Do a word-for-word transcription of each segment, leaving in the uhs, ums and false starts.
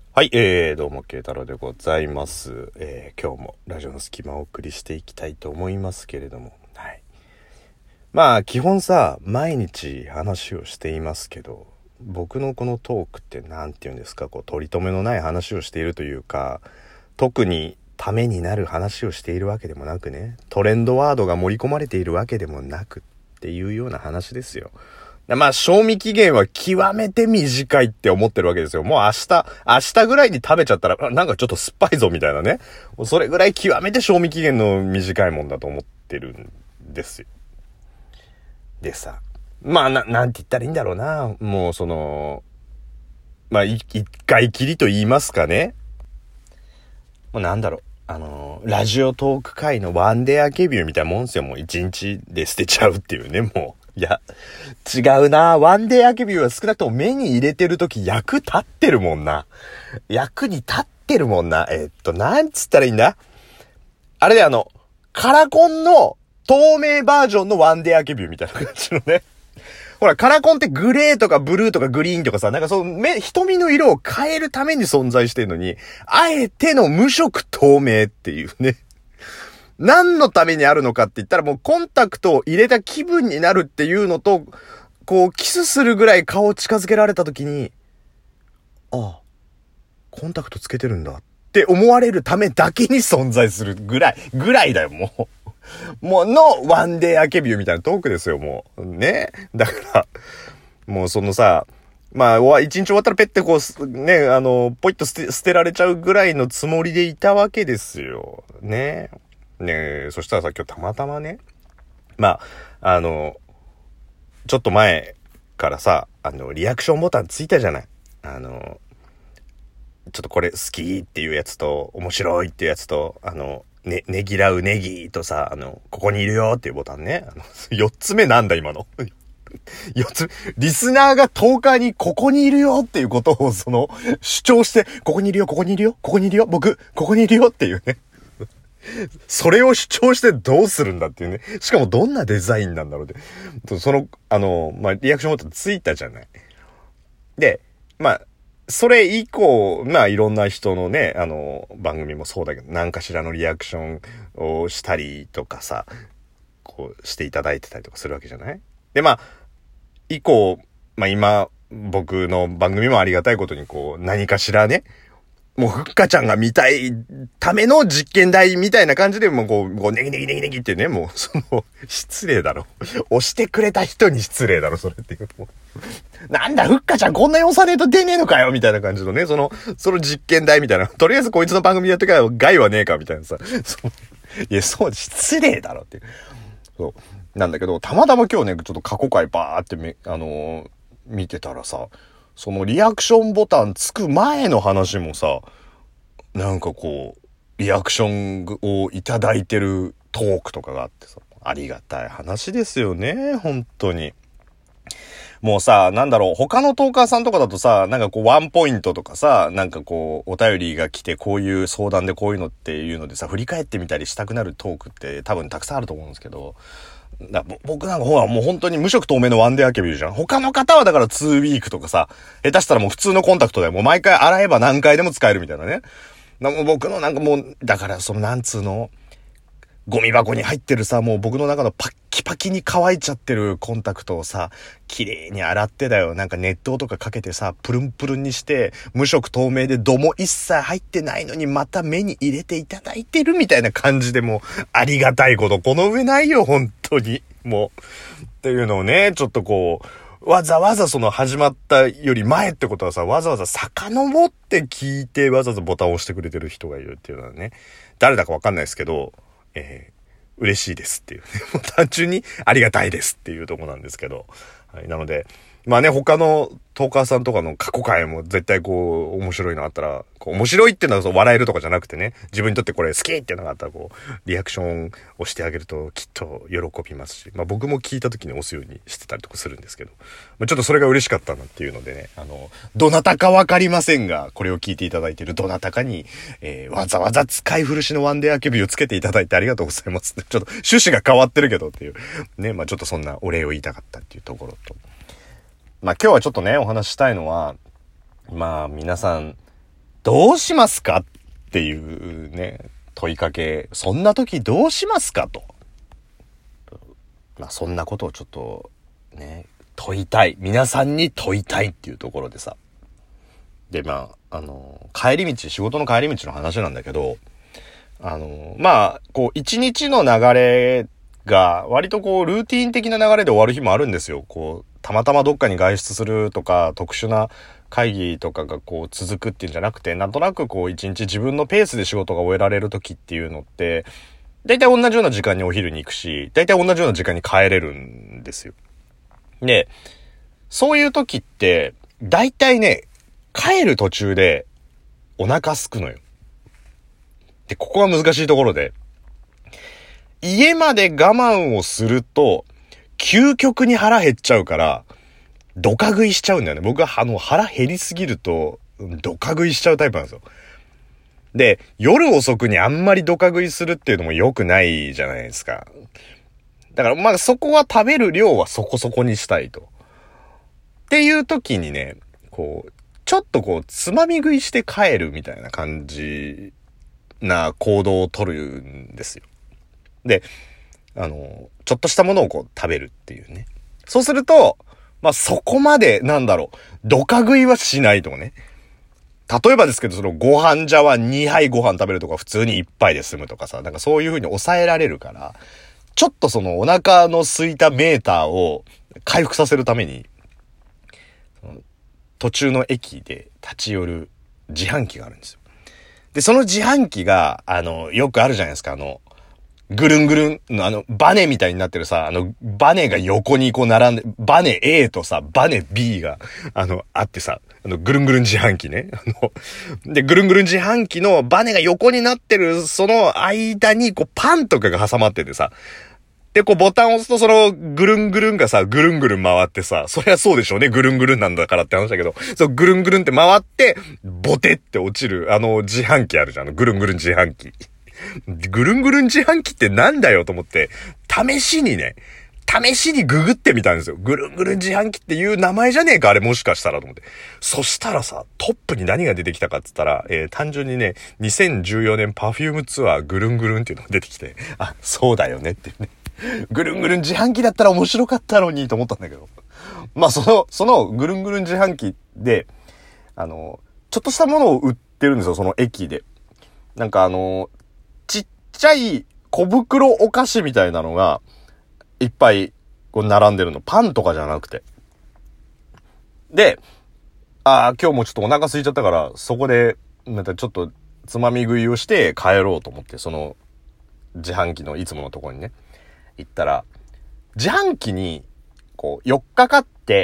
はい、えー、どうも、慶太郎でございます。えー、今日もラジオの隙間をお送りしていきたいと思いますけれども、はい。まあ、基本さ、毎日話をしていますけど、僕のこのトークってなんて言うんですか、こう、取り留めのない話をしているというか、特にためになる話をしているわけでもなくね、トレンドワードが盛り込まれているわけでもなくっていうような話ですよ。まあ、賞味期限は極めて短いって思ってるわけですよ。もう明日、明日ぐらいに食べちゃったら、なんかちょっと酸っぱいぞみたいなね。それぐらい極めて賞味期限の短いもんだと思ってるんですよ。でさ、まあ、な、なんて言ったらいいんだろうな。もうその、まあ、い一回きりと言いますかね。もうなんだろう。あのー、ラジオトーク界のワンデーアケビューみたいなもんですよ。もう一日で捨てちゃうっていうね、もう。いや、違うな。ワンデーアケビューは少なくとも目に入れてるとき役立ってるもんな。役に立ってるもんな。えー、っと、なんつったらいいんだ？あれであの、カラコンの透明バージョンのワンデーアケビューみたいな感じのね。ほら、カラコンってグレーとかブルーとかグリーンとかさ、なんかそう、目、瞳の色を変えるために存在してるのに、あえての無色透明っていうね。何のためにあるのかって言ったらもうコンタクトを入れた気分になるっていうのと、こうキスするぐらい顔を近づけられた時に、ああ、コンタクトつけてるんだって思われるためだけに存在するぐらい、ぐらいだよ、もう。もうのワンデーアケビューみたいなトークですよ、もう。ね。だから、もうそのさ、まあ、一日終わったらペッてこう、ね、あの、ポイッと捨て、捨てられちゃうぐらいのつもりでいたわけですよ。ね。ねえ、そしたらさ、今日たまたまね、まあ、あの、ちょっと前からさ、あの、リアクションボタンついたじゃない。あの、ちょっとこれ好きっていうやつと、面白いっていうやつと、あの、ね、ねぎらうネギとさ、あの、ここにいるよっていうボタンね。あの、四つ目なんだ今の。四つ、リスナーがトーカーにここにいるよっていうことをその、主張して、ここにいるよ、ここにいるよ、ここにいるよ、僕、ここにいるよっていうね。それを主張してどうするんだっていうね。しかもどんなデザインなんだろうって。その、あの、まあ、リアクションボタンついたじゃない。で、まあ、それ以降、まあ、いろんな人のね、あの、番組もそうだけど、何かしらのリアクションをしたりとかさ、こう、していただいてたりとかするわけじゃない？で、まあ、以降、まあ今、僕の番組もありがたいことにこう、何かしらね、もうふっかちゃんが見たいための実験台みたいな感じで、もうこう、こうネギネギネギネギってね、もう、その、失礼だろ。押してくれた人に失礼だろ、それっていう。もうなんだ、ふっかちゃんこんなに押さねえと出ねえのかよみたいな感じのね、その、その実験台みたいな。とりあえずこいつの番組やってから害はねえかみたいなさ。そういや、そう、失礼だろっていう。そう。なんだけど、たまたま今日ね、ちょっと過去回バーってめ、あのー、見てたらさ、そのリアクションボタンつく前の話もさ、なんかこう、リアクションをいただいてるトークとかがあってさ、ありがたい話ですよね、本当に。もうさ、なんだろう、他のトーカーさんとかだとさ、なんかこうワンポイントとかさ、なんかこう、お便りが来てこういう相談でこういうのっていうのでさ、振り返ってみたりしたくなるトークって多分たくさんあると思うんですけど、だ僕なんかほらもう本当に無色透明のワンデーアケビューじゃん。他の方はだからツーウィークとかさ、下手したらもう普通のコンタクトでもう毎回洗えば何回でも使えるみたいなね。なもう僕のなんかもう、だからそのなんつうの、ゴミ箱に入ってるさ、もう僕の中のパッキパキに乾いちゃってるコンタクトをさ、綺麗に洗ってだよ。なんか熱湯とかかけてさ、プルンプルンにして、無色透明で度も一切入ってないのにまた目に入れていただいてるみたいな感じでもう、ありがたいことこの上ないよ、本当に。もう。っていうのをね、ちょっとこう、わざわざその始まったより前ってことはさ、わざわざ遡って聞いてわざわざボタンを押してくれてる人がいるっていうのはね、誰だかわかんないですけど、えー、嬉しいですっていうね。もう単純にありがたいですっていうとこなんですけど。はい。なので、まあね、他のトーカーさんとかの過去回も絶対こう、面白いのあったら、こう面白いっていうのはそう笑えるとかじゃなくてね、自分にとってこれ好きっていうのがあったらこう、リアクションをしてあげるときっと喜びますし、まあ僕も聞いた時に押すようにしてたりとかするんですけど、まあ、ちょっとそれが嬉しかったなっていうのでね、あの、どなたかわかりませんが、これを聞いていただいているどなたかに、えー、わざわざ使い古しのワンデーアケビューをつけていただいてありがとうございます。ちょっと趣旨が変わってるけどっていう、ね、まあちょっとそんなお礼を言いたかったっていうところと、まあ今日はちょっとね、お話したいのは、まあ皆さん、 どうしますかっていうね、問いかけ、そんな時どうしますかと。まあそんなことをちょっとね、問いたい。皆さんに問いたいっていうところでさ。で、まあ、あの、帰り道、仕事の帰り道の話なんだけど、あの、まあ、こう、一日の流れが、割とこう、ルーティーン的な流れで終わる日もあるんですよ。こう、たまたまどっかに外出するとか、特殊な会議とかがこう、続くっていうんじゃなくて、なんとなくこう、一日自分のペースで仕事が終えられる時っていうのって、だいたい同じような時間にお昼に行くし、だいたい同じような時間に帰れるんですよ。で、そういう時って、だいたいね、帰る途中でお腹すくのよ。で、ここが難しいところで、家まで我慢をすると、究極に腹減っちゃうから、ドカ食いしちゃうんだよね。僕はあの腹減りすぎると、ドカ食いしちゃうタイプなんですよ。で、夜遅くにあんまりドカ食いするっていうのも良くないじゃないですか。だからまあそこは食べる量はそこそこにしたいと。っていう時にね、こう、ちょっとこう、つまみ食いして帰るみたいな感じな行動をとるんですよ。で、あの、ちょっとしたものをこう食べるっていうね。そうすると、まあそこまでなんだろう、ドカ食いはしないとね。例えばですけど、そのご飯茶はにはいご飯食べるとか普通にいっぱいで済むとかさ、なんかそういう風に抑えられるから、ちょっとそのお腹の空いたメーターを回復させるために、途中の駅で立ち寄る自販機があるんですよ。で、その自販機が、あの、よくあるじゃないですか、あの、ぐるんぐるんのあの、バネみたいになってるさ、あの、バネが横にこう並んで、バネ A とさ、バネ B が、あの、あってさ、あの、ぐるんぐるん自販機ね。あの、で、ぐるんぐるん自販機のバネが横になってる、その間に、こう、パンとかが挟まっててさ、で、こう、ボタンを押すと、その、ぐるんぐるんがさ、ぐるんぐるん回ってさ、そりゃそうでしょうね、ぐるんぐるんなんだからって話だけど、そう、ぐるんぐるんって回って、ボテって落ちる、あの、自販機あるじゃん、ぐるんぐるん自販機。ぐるんぐるん自販機ってなんだよと思って、試しにね、試しにググってみたんですよ。ぐるんぐるん自販機っていう名前じゃねえか、あれもしかしたらと思って。そしたらさ、トップに何が出てきたかって言ったら、えー、単純にね、にせんじゅうよねんパフュームツアーぐるんぐるんっていうのが出てきて、あ、そうだよねっていうね。ぐるんぐるん自販機だったら面白かったのにと思ったんだけど。まあその、そのぐるんぐるん自販機で、あの、ちょっとしたものを売ってるんですよ、その駅で。なんかあの、ちっちゃい小袋お菓子みたいなのがいっぱいこう並んでるの。パンとかじゃなくて。で、ああ、今日もちょっとお腹空いちゃったから、そこで、またちょっとつまみ食いをして帰ろうと思って、その自販機のいつものところにね、行ったら、自販機にこう寄っかかって、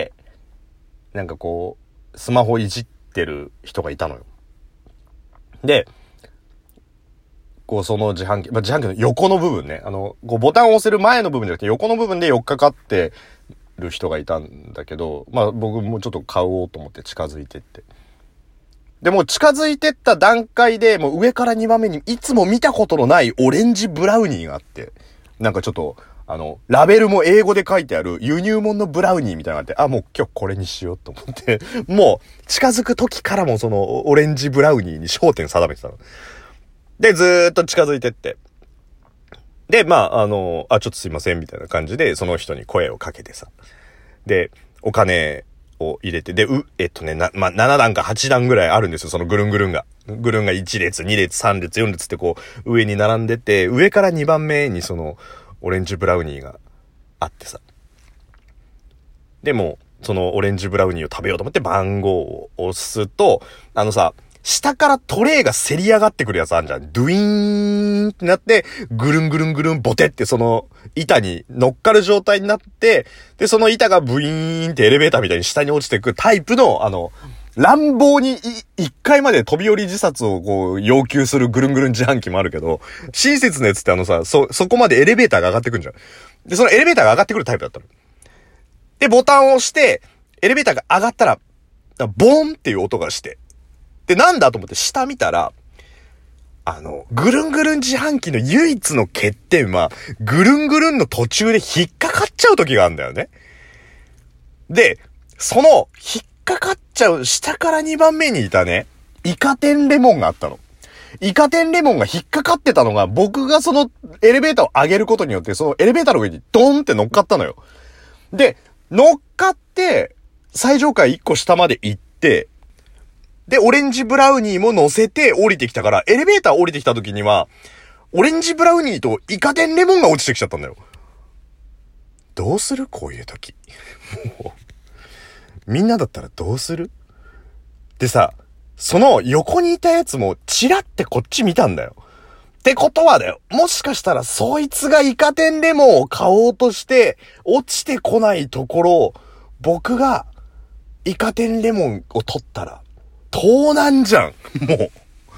なんかこう、スマホいじってる人がいたのよ。で、こうその自販機、まあ、自販機の横の部分ね、あの、こうボタンを押せる前の部分じゃなくて横の部分で寄っかかってる人がいたんだけど、まあ僕もちょっと買おうと思って近づいてって。でも近づいてった段階でもう上からにばんめにいつも見たことのないオレンジブラウニーがあって、なんかちょっと、あの、ラベルも英語で書いてある輸入物のブラウニーみたいなのがあって、あ、もう今日これにしようと思って、もう近づく時からもそのオレンジブラウニーに焦点定めてたの。で、ずーっと近づいてって。で、まあ、あの、あ、ちょっとすいません、みたいな感じで、その人に声をかけてさ。で、お金を入れて、で、う、えっとね、な、まあ、ななだんかはちだんぐらいあるんですよ、そのぐるんぐるんが。ぐるんがいち列、に列、さん列、よん列ってこう、上に並んでて、上からにばんめにその、オレンジブラウニーがあってさ。でも、そのオレンジブラウニーを食べようと思って番号を押すと、あのさ、下からトレイがせり上がってくるやつあるじゃん。ドゥイーンってなって、ぐるんぐるんぐるんボテってその板に乗っかる状態になって、で、その板がブイーンってエレベーターみたいに下に落ちていくタイプの、あの、乱暴にいっかいまで飛び降り自殺をこう要求するぐるんぐるん自販機もあるけど、親切なやつってあのさ、そ、そこまでエレベーターが上がってくんじゃん。で、そのエレベーターが上がってくるタイプだったの。で、ボタンを押して、エレベーターが上がったら、ボーンっていう音がして、で、なんだと思って下見たら、あの、ぐるんぐるん自販機の唯一の欠点は、ぐるんぐるんの途中で引っかかっちゃう時があるんだよね。で、その、引っかかっちゃう下からにばんめにいたね、 イカ天レモンがあったの。イカ天レモンが引っかかってたのが、僕がそのエレベーターを上げることによって、そのエレベーターの上にドーンって乗っかったのよ。で、乗っかって、最上階いっこ下まで行って、で、オレンジブラウニーも乗せて降りてきたから、エレベーター降りてきた時には、オレンジブラウニーとイカ天レモンが落ちてきちゃったんだよ。どうする？こういう時。もう、みんなだったらどうする？でさ、その横にいたやつもチラってこっち見たんだよ。ってことはだよ。もしかしたらそいつがイカ天レモンを買おうとして落ちてこないところ、僕がイカ天レモンを取ったら盗難じゃん。も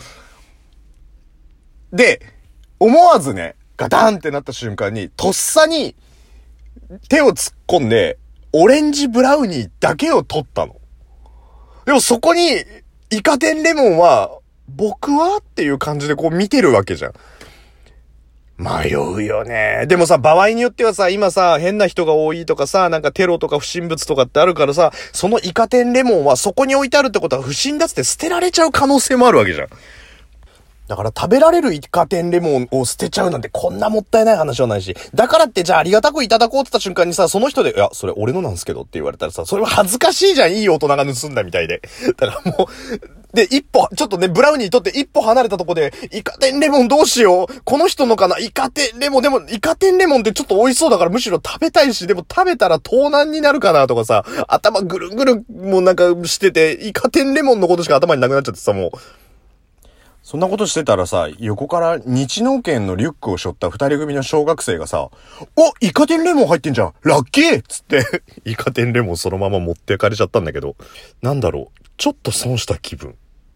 う。で、思わずね、ガタンってなった瞬間にとっさに手を突っ込んでオレンジブラウニーだけを取ったの。でもそこにイカ天レモンは、僕はっていう感じでこう見てるわけじゃん。迷うよね。でもさ、場合によってはさ、今さ、変な人が多いとかさ、なんかテロとか不審物とかってあるからさ、そのイカ天レモンはそこに置いてあるってことは不審だっつって捨てられちゃう可能性もあるわけじゃん。だから食べられるイカ天レモンを捨てちゃうなんてこんなもったいない話はないし、だからってじゃあありがたくいただこうって言った瞬間にさ、その人で、いや、それ俺のなんすけどって言われたらさ、それは恥ずかしいじゃん、いい大人が盗んだみたいで。だからもう、で、一歩、ちょっとね、ブラウニー取って一歩離れたとこで、イカ天レモンどうしよう、この人のかな、イカ天レモン、でも、イカ天レモンってちょっと美味しそうだからむしろ食べたいし、でも食べたら盗難になるかなとかさ、頭ぐるぐるもうなんかしてて、イカ天レモンのことしか頭になくなっちゃってさ、もう。そんなことしてたらさ、横から日農研のリュックを背負った二人組の小学生がさ、お、イカ天レモン入ってんじゃんラッキーっつって、イカ天レモンそのまま持ってかれちゃったんだけど、なんだろう、ちょっと損した気分。